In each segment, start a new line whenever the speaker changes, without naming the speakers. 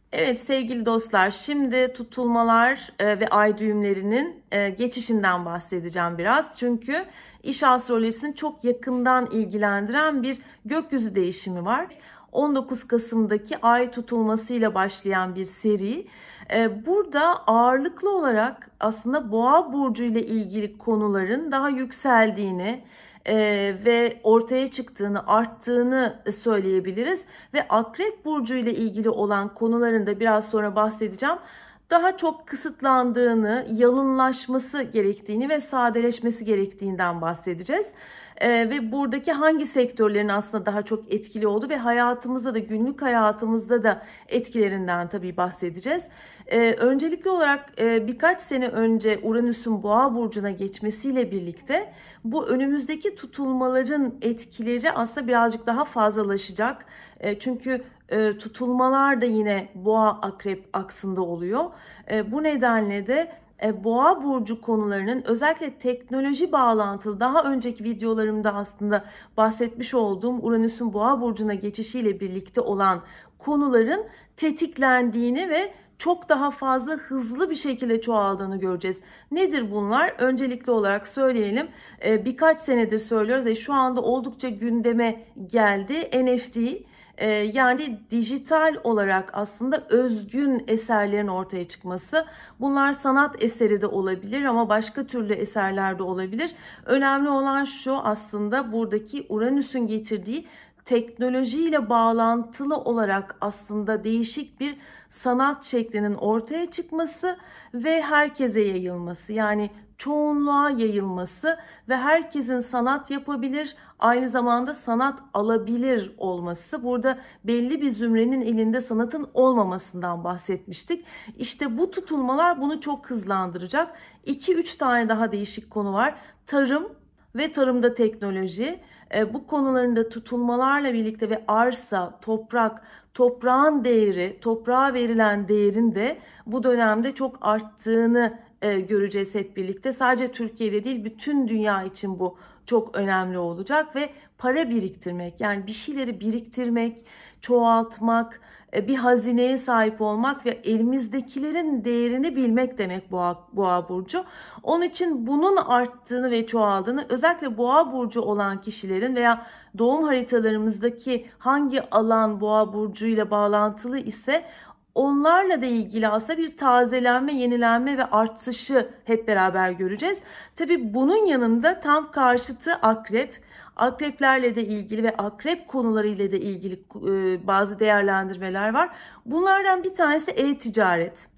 Evet sevgili dostlar, şimdi tutulmalar ve ay düğümlerinin geçişinden bahsedeceğim biraz. Çünkü iş astrolojisini çok yakından ilgilendiren bir gökyüzü değişimi var. 19 Kasım'daki ay tutulmasıyla başlayan bir seri. Burada ağırlıklı olarak aslında Boğa burcu ile ilgili konuların daha yükseldiğini, ve ortaya çıktığını, arttığını söyleyebiliriz. Ve Akrep Burcu ile ilgili olan konuların da biraz sonra bahsedeceğim. Daha çok kısıtlandığını, yalınlaşması gerektiğini ve sadeleşmesi gerektiğinden bahsedeceğiz. Ve buradaki hangi sektörlerin aslında daha çok etkili olduğu ve hayatımızda da, günlük hayatımızda da etkilerinden tabii bahsedeceğiz. Öncelikli olarak birkaç sene önce Uranüs'ün Boğa burcuna geçmesiyle birlikte bu önümüzdeki tutulmaların etkileri aslında birazcık daha fazlalaşacak. Çünkü tutulmalar da yine Boğa Akrep aksında oluyor. Bu nedenle de Boğa burcu konularının özellikle teknoloji bağlantılı, daha önceki videolarımda aslında bahsetmiş olduğum Uranüs'ün Boğa burcuna geçişiyle birlikte olan konuların tetiklendiğini ve çok daha fazla hızlı bir şekilde çoğaldığını göreceğiz. Nedir bunlar? Öncelikli olarak söyleyelim. Birkaç senedir söylüyoruz ve şu anda oldukça gündeme geldi. NFT, yani dijital olarak aslında özgün eserlerin ortaya çıkması. Bunlar sanat eseri de olabilir ama başka türlü eserler de olabilir. Önemli olan şu, aslında buradaki Uranüs'ün getirdiği teknolojiyle bağlantılı olarak aslında değişik bir sanat şeklinin ortaya çıkması ve herkese yayılması. Yani çoğunluğa yayılması ve herkesin sanat yapabilir, aynı zamanda sanat alabilir olması. Burada belli bir zümrenin elinde sanatın olmamasından bahsetmiştik. İşte bu tutulmalar bunu çok hızlandıracak. 2-3 tane daha değişik konu var. Tarım ve tarımda teknoloji. Bu konuların da tutulmalarla birlikte ve arsa, toprak, toprağın değeri, toprağa verilen değerin de bu dönemde çok arttığını göreceğiz hep birlikte. Sadece Türkiye'de değil, bütün dünya için bu çok önemli olacak ve para biriktirmek, yani bir şeyleri biriktirmek, çoğaltmak, bir hazineye sahip olmak ve elimizdekilerin değerini bilmek demek Boğa burcu. Onun için bunun arttığını ve çoğaldığını, özellikle Boğa burcu olan kişilerin veya doğum haritalarımızdaki hangi alan Boğa burcu ile bağlantılı ise onlarla da ilgili aslında bir tazelenme, yenilenme ve artışı hep beraber göreceğiz. Tabii bunun yanında tam karşıtı Akrep. Akreplerle de ilgili ve akrep konularıyla da ilgili bazı değerlendirmeler var. Bunlardan bir tanesi e-ticaret.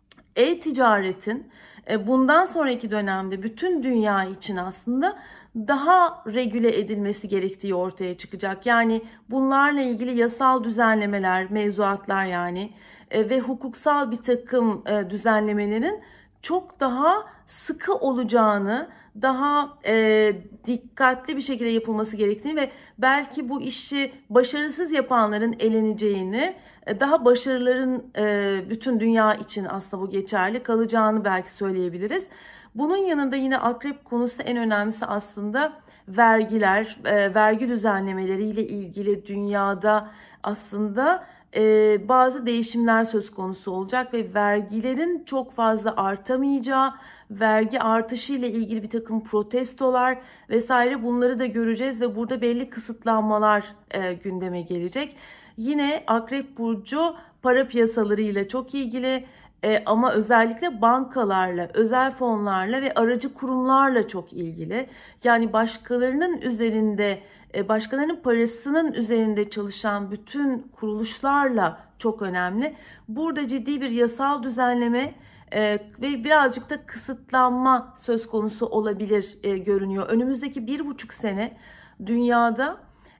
E-ticaretin bundan sonraki dönemde bütün dünya için aslında daha regüle edilmesi gerektiği ortaya çıkacak. Yani bunlarla ilgili yasal düzenlemeler, mevzuatlar yani ve hukuksal bir takım düzenlemelerin çok daha sıkı olacağını, daha dikkatli bir şekilde yapılması gerektiğini ve belki bu işi başarısız yapanların eleneceğini, daha başarıların bütün dünya için aslında bu geçerli kalacağını belki söyleyebiliriz. Bunun yanında yine akrep konusu en önemlisi aslında vergiler, vergi düzenlemeleriyle ilgili dünyada aslında bazı değişimler söz konusu olacak ve vergilerin çok fazla artamayacağı, vergi artışı ile ilgili bir takım protestolar vesaire, bunları da göreceğiz ve burada belli kısıtlanmalar gündeme gelecek. Yine Akrep Burcu para piyasalarıyla çok ilgili, ama özellikle bankalarla, özel fonlarla ve aracı kurumlarla çok ilgili. Yani başkalarının üzerinde, başkalarının parasının üzerinde çalışan bütün kuruluşlarla çok önemli. Burada ciddi bir yasal düzenleme ve birazcık da kısıtlanma söz konusu olabilir görünüyor. Önümüzdeki 1,5 sene dünyada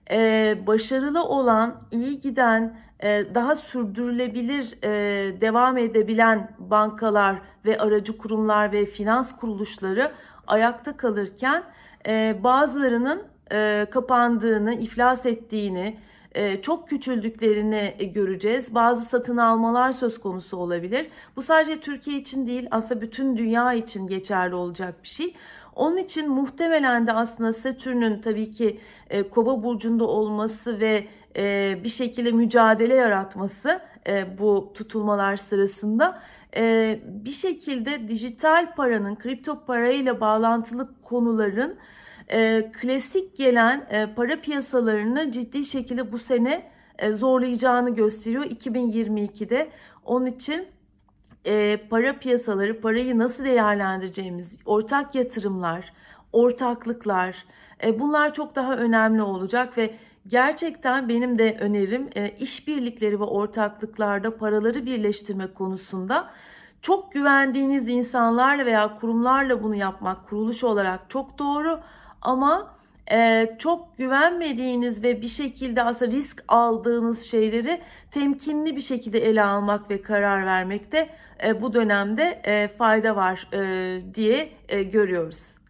başarılı olan, iyi giden, daha sürdürülebilir devam edebilen bankalar ve aracı kurumlar ve finans kuruluşları ayakta kalırken bazılarının kapandığını, iflas ettiğini, çok küçüldüklerini göreceğiz. Bazı satın almalar söz konusu olabilir. Bu sadece Türkiye için değil, aslında bütün dünya için geçerli olacak bir şey. Onun için muhtemelen de aslında Satürn'ün tabii ki Kova burcunda olması ve bir şekilde mücadele yaratması bu tutulmalar sırasında. Bir şekilde dijital paranın, kripto parayla bağlantılı konuların klasik gelen para piyasalarını ciddi şekilde bu sene zorlayacağını gösteriyor 2022'de. Onun için para piyasaları, parayı nasıl değerlendireceğimiz, ortak yatırımlar, ortaklıklar, bunlar çok daha önemli olacak ve gerçekten benim de önerim işbirlikleri ve ortaklıklarda paraları birleştirme konusunda çok güvendiğiniz insanlarla veya kurumlarla bunu yapmak kuruluş olarak çok doğru, ama çok güvenmediğiniz ve bir şekilde aslında risk aldığınız şeyleri temkinli bir şekilde ele almak ve karar vermekte bu dönemde fayda var diye görüyoruz.